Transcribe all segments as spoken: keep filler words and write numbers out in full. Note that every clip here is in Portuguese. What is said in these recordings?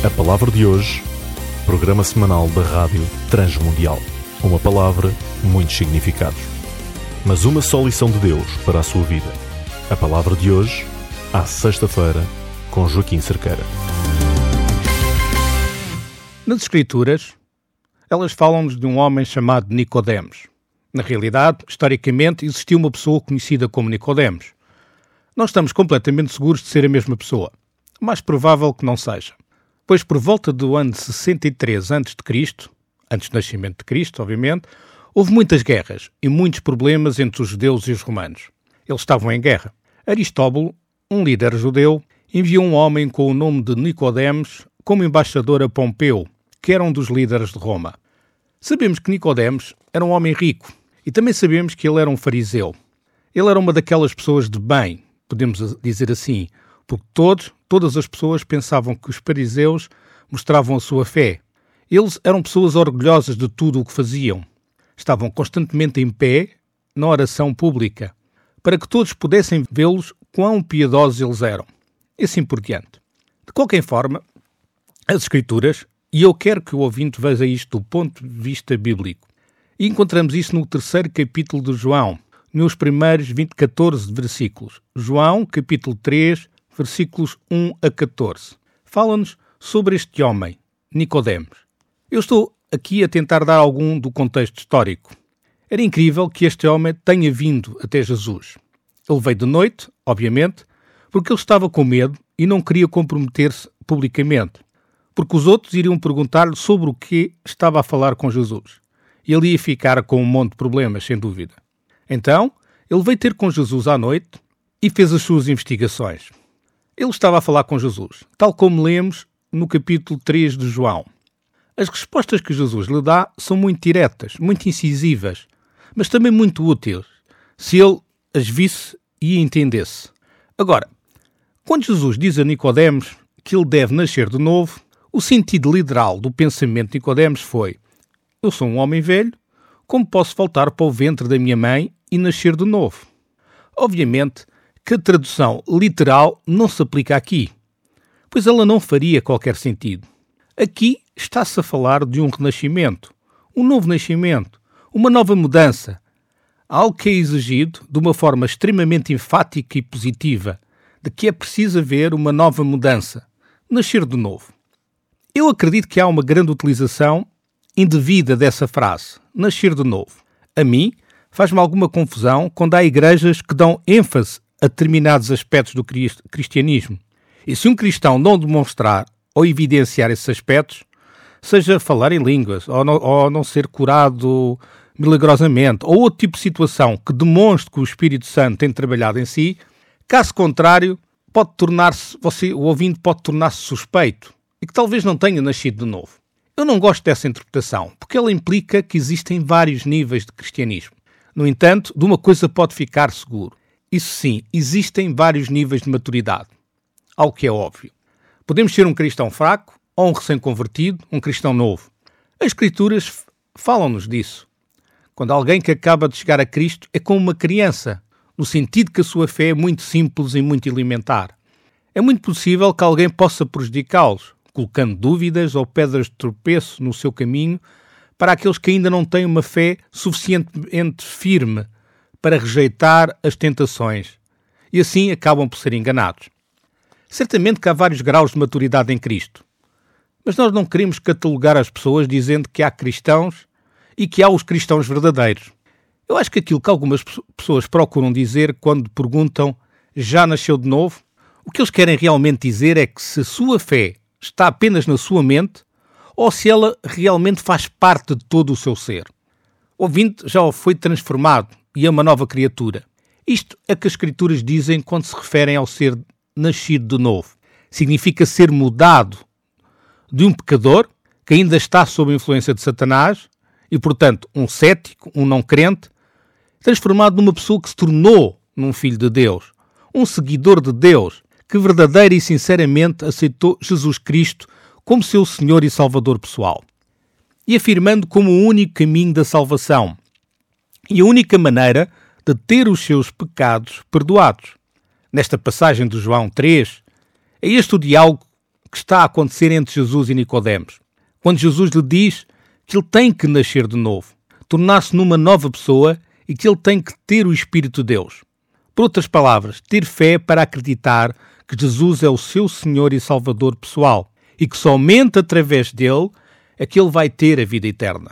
A palavra de hoje, programa semanal da Rádio Transmundial. Uma palavra, muitos significados. Mas uma só lição de Deus para a sua vida. A palavra de hoje, à sexta-feira, com Joaquim Cerqueira. Nas Escrituras, elas falam-nos de um homem chamado Nicodemos. Na realidade, historicamente, existiu uma pessoa conhecida como Nicodemos. Não estamos completamente seguros de ser a mesma pessoa. O mais provável que não seja. Pois por volta do ano sessenta e três antes de Cristo, antes do nascimento de Cristo, obviamente, houve muitas guerras e muitos problemas entre os judeus e os romanos. Eles estavam em guerra. Aristóbulo, um líder judeu, enviou um homem com o nome de Nicodemos como embaixador a Pompeu, que era um dos líderes de Roma. Sabemos que Nicodemos era um homem rico e também sabemos que ele era um fariseu. Ele era uma daquelas pessoas de bem, podemos dizer assim, porque todos, todas as pessoas pensavam que os fariseus mostravam a sua fé. Eles eram pessoas orgulhosas de tudo o que faziam. Estavam constantemente em pé na oração pública, para que todos pudessem vê-los quão piedosos eles eram. E assim por diante. De qualquer forma, as Escrituras, e eu quero que o ouvinte veja isto do ponto de vista bíblico, e encontramos isso no terceiro capítulo de João, nos primeiros vinte, catorze versículos. João, capítulo três, versículos um a catorze. Fala-nos sobre este homem, Nicodemos. Eu estou aqui a tentar dar algum do contexto histórico. Era incrível que este homem tenha vindo até Jesus. Ele veio de noite, obviamente, porque ele estava com medo e não queria comprometer-se publicamente, porque os outros iriam perguntar-lhe sobre o que estava a falar com Jesus. E ele ia ficar com um monte de problemas, sem dúvida. Então, ele veio ter com Jesus à noite e fez as suas investigações. Ele estava a falar com Jesus, tal como lemos no capítulo três de João. As respostas que Jesus lhe dá são muito diretas, muito incisivas, mas também muito úteis, se ele as visse e entendesse. Agora, quando Jesus diz a Nicodemos que ele deve nascer de novo, o sentido literal do pensamento de Nicodemos foi: eu sou um homem velho, como posso voltar para o ventre da minha mãe e nascer de novo? Obviamente que a tradução literal não se aplica aqui, pois ela não faria qualquer sentido. Aqui está-se a falar de um renascimento, um novo nascimento, uma nova mudança, algo que é exigido de uma forma extremamente enfática e positiva, de que é preciso haver uma nova mudança, nascer de novo. Eu acredito que há uma grande utilização indevida dessa frase, nascer de novo. A mim, faz-me alguma confusão quando há igrejas que dão ênfase a determinados aspectos do cristianismo. E se um cristão não demonstrar ou evidenciar esses aspectos, seja falar em línguas, ou não, ou não ser curado milagrosamente, ou outro tipo de situação que demonstre que o Espírito Santo tem trabalhado em si, caso contrário, pode tornar-se, você, o ouvinte pode tornar-se suspeito e que talvez não tenha nascido de novo. Eu não gosto dessa interpretação, porque ela implica que existem vários níveis de cristianismo. No entanto, de uma coisa pode ficar seguro. Isso sim, existem vários níveis de maturidade. Algo que é óbvio. Podemos ser um cristão fraco ou um recém-convertido, um cristão novo. As Escrituras falam-nos disso. Quando alguém que acaba de chegar a Cristo é como uma criança, no sentido que a sua fé é muito simples e muito elementar. É muito possível que alguém possa prejudicá-los, colocando dúvidas ou pedras de tropeço no seu caminho para aqueles que ainda não têm uma fé suficientemente firme para rejeitar as tentações e assim acabam por ser enganados. Certamente que há vários graus de maturidade em Cristo, mas nós não queremos catalogar as pessoas dizendo que há cristãos e que há os cristãos verdadeiros. Eu acho que aquilo que algumas pessoas procuram dizer quando perguntam já nasceu de novo, o que eles querem realmente dizer é que se a sua fé está apenas na sua mente ou se ela realmente faz parte de todo o seu ser. O ouvinte já foi transformado e é uma nova criatura. Isto é que as Escrituras dizem quando se referem ao ser nascido de novo. Significa ser mudado de um pecador que ainda está sob a influência de Satanás e, portanto, um cético, um não crente, transformado numa pessoa que se tornou num filho de Deus, um seguidor de Deus, que verdadeira e sinceramente aceitou Jesus Cristo como seu Senhor e Salvador pessoal, e afirmando como o único caminho da salvação e a única maneira de ter os seus pecados perdoados. Nesta passagem de João três, é este o diálogo que está a acontecer entre Jesus e Nicodemos, quando Jesus lhe diz que ele tem que nascer de novo, tornar-se numa nova pessoa e que ele tem que ter o Espírito de Deus. Por outras palavras, ter fé para acreditar que Jesus é o seu Senhor e Salvador pessoal e que somente através dele é que ele vai ter a vida eterna.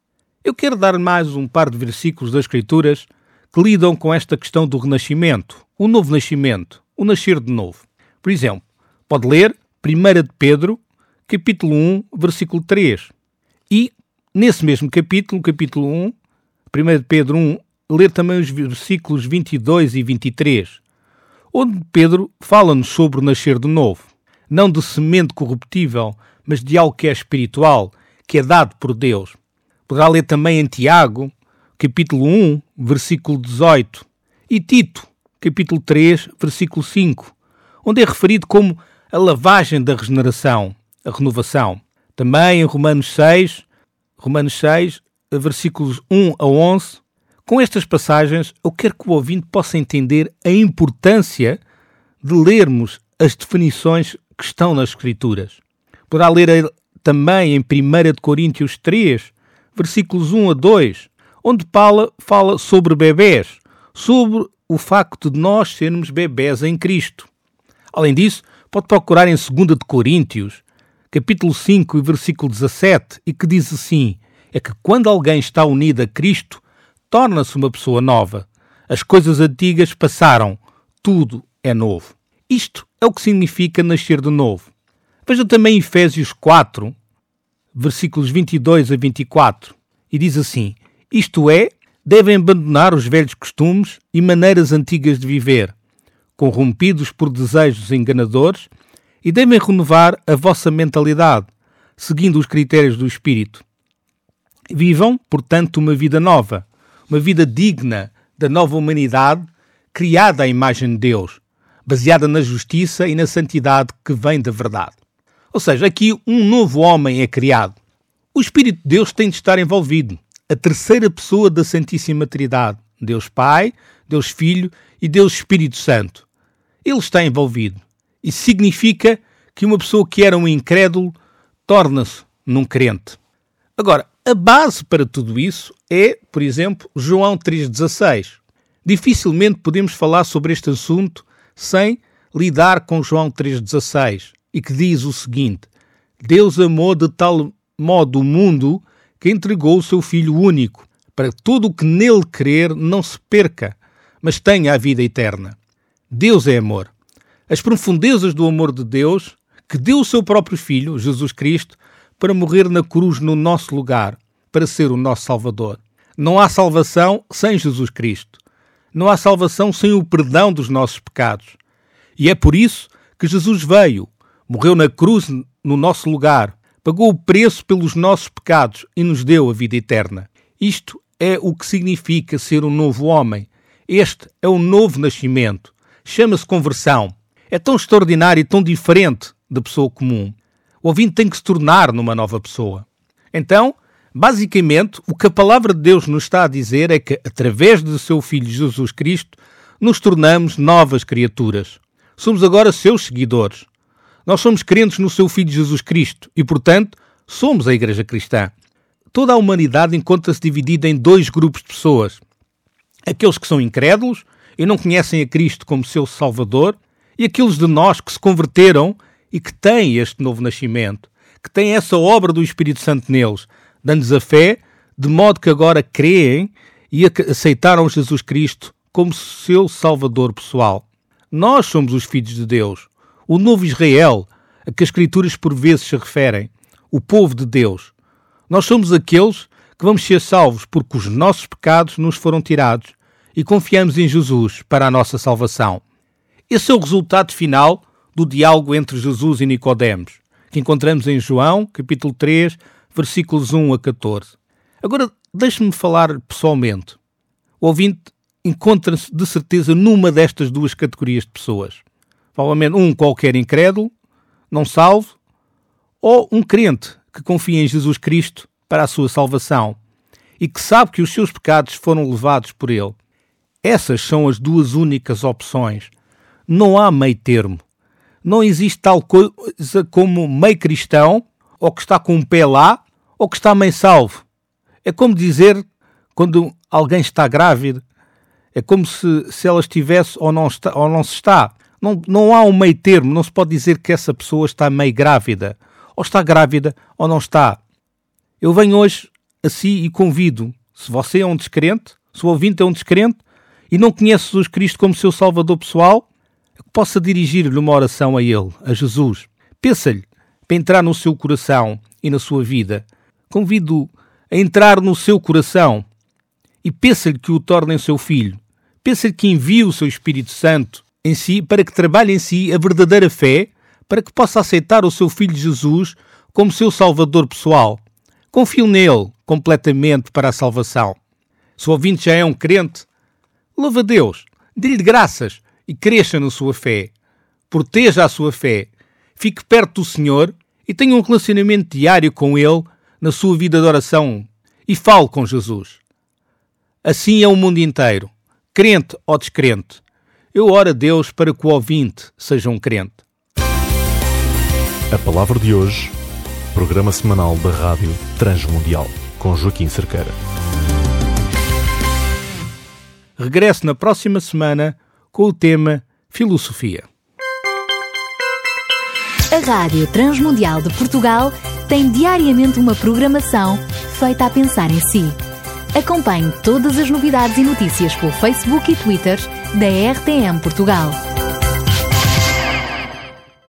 Eu quero dar mais um par de versículos das Escrituras que lidam com esta questão do renascimento, o novo nascimento, o nascer de novo. Por exemplo, pode ler primeira de Pedro, capítulo um, versículo três. E, nesse mesmo capítulo, capítulo um, primeira de Pedro um, ler também os versículos vinte e dois e vinte e três, onde Pedro fala-nos sobre o nascer de novo, não de semente corruptível, mas de algo que é espiritual, que é dado por Deus. Poderá ler também em Tiago, capítulo um, versículo dezoito, e Tito, capítulo três, versículo cinco, onde é referido como a lavagem da regeneração, a renovação. Também em Romanos seis, Romanos seis, versículos um a onze. Com estas passagens, eu quero que o ouvinte possa entender a importância de lermos as definições que estão nas Escrituras. Poderá ler também em primeira de Coríntios três, versículos um a dois, onde Paulo fala sobre bebés, sobre o facto de nós sermos bebés em Cristo. Além disso, pode procurar em segunda de Coríntios, capítulo cinco, versículo dezassete, e que diz assim, é que quando alguém está unido a Cristo, torna-se uma pessoa nova. As coisas antigas passaram, tudo é novo. Isto é o que significa nascer de novo. Veja também Efésios quatro, versículos vinte e dois a vinte e quatro, e diz assim, isto é, devem abandonar os velhos costumes e maneiras antigas de viver, corrompidos por desejos enganadores, e devem renovar a vossa mentalidade, seguindo os critérios do Espírito. Vivam, portanto, uma vida nova, uma vida digna da nova humanidade, criada à imagem de Deus, baseada na justiça e na santidade que vem da verdade. Ou seja, aqui um novo homem é criado. O Espírito de Deus tem de estar envolvido. A terceira pessoa da Santíssima Trindade, Deus Pai, Deus Filho e Deus Espírito Santo. Ele está envolvido. Isso significa que uma pessoa que era um incrédulo torna-se num crente. Agora, a base para tudo isso é, por exemplo, João três dezasseis. Dificilmente podemos falar sobre este assunto sem lidar com João três dezasseis, e que diz o seguinte, Deus amou de tal modo o mundo que entregou o seu Filho único, para que todo o que nele crer não se perca, mas tenha a vida eterna. Deus é amor. As profundezas do amor de Deus, que deu o seu próprio Filho, Jesus Cristo, para morrer na cruz no nosso lugar, para ser o nosso Salvador. Não há salvação sem Jesus Cristo. Não há salvação sem o perdão dos nossos pecados. E é por isso que Jesus veio, morreu na cruz no nosso lugar, pagou o preço pelos nossos pecados e nos deu a vida eterna. Isto é o que significa ser um novo homem. Este é o novo nascimento. Chama-se conversão. É tão extraordinário e tão diferente da pessoa comum. O ouvinte tem que se tornar numa nova pessoa. Então, basicamente, o que a palavra de Deus nos está a dizer é que, através do seu Filho Jesus Cristo, nos tornamos novas criaturas. Somos agora seus seguidores. Nós somos crentes no seu Filho Jesus Cristo e, portanto, somos a Igreja Cristã. Toda a humanidade encontra-se dividida em dois grupos de pessoas. Aqueles que são incrédulos e não conhecem a Cristo como seu Salvador, e aqueles de nós que se converteram e que têm este novo nascimento, que têm essa obra do Espírito Santo neles, dando-lhes a fé, de modo que agora creem e aceitaram Jesus Cristo como seu Salvador pessoal. Nós somos os filhos de Deus, o novo Israel, a que as Escrituras por vezes se referem, o povo de Deus. Nós somos aqueles que vamos ser salvos porque os nossos pecados nos foram tirados e confiamos em Jesus para a nossa salvação. Esse é o resultado final do diálogo entre Jesus e Nicodemos, que encontramos em João, capítulo três, versículos um a catorze. Agora, deixe-me falar pessoalmente. O ouvinte encontra-se, de certeza, numa destas duas categorias de pessoas. Provavelmente um qualquer incrédulo, não salvo, ou um crente que confia em Jesus Cristo para a sua salvação e que sabe que os seus pecados foram levados por ele. Essas são as duas únicas opções. Não há meio termo. Não existe tal coisa como meio cristão, ou que está com um pé lá, ou que está meio salvo. É como dizer, quando alguém está grávida, é como se, se ela estivesse ou não, está, ou não se está. Não, não há um meio termo, não se pode dizer que essa pessoa está meio grávida. Ou está grávida ou não está. Eu venho hoje assim e convido, se você é um descrente, se o ouvinte é um descrente e não conhece Jesus Cristo como seu Salvador pessoal, que possa dirigir-lhe uma oração a Ele, a Jesus. Peça-lhe para entrar no seu coração e na sua vida. Convido-o a entrar no seu coração e peça-lhe que o torne em seu filho. Peça-lhe que envie o seu Espírito Santo em si para que trabalhe em si a verdadeira fé, para que possa aceitar o seu Filho Jesus como seu Salvador pessoal. Confio nele completamente para a salvação. Se o ouvinte já é um crente, louva a Deus, dê-lhe graças e cresça na sua fé. Proteja a sua fé. Fique perto do Senhor e tenha um relacionamento diário com Ele na sua vida de oração e fale com Jesus. Assim é o mundo inteiro, crente ou descrente. Eu oro a Deus para que o ouvinte seja um crente. A palavra de hoje, programa semanal da Rádio Transmundial, com Joaquim Cerqueira. Regresso na próxima semana com o tema Filosofia. A Rádio Transmundial de Portugal tem diariamente uma programação feita a pensar em si. Acompanhe todas as novidades e notícias pelo Facebook e Twitter da R T M Portugal.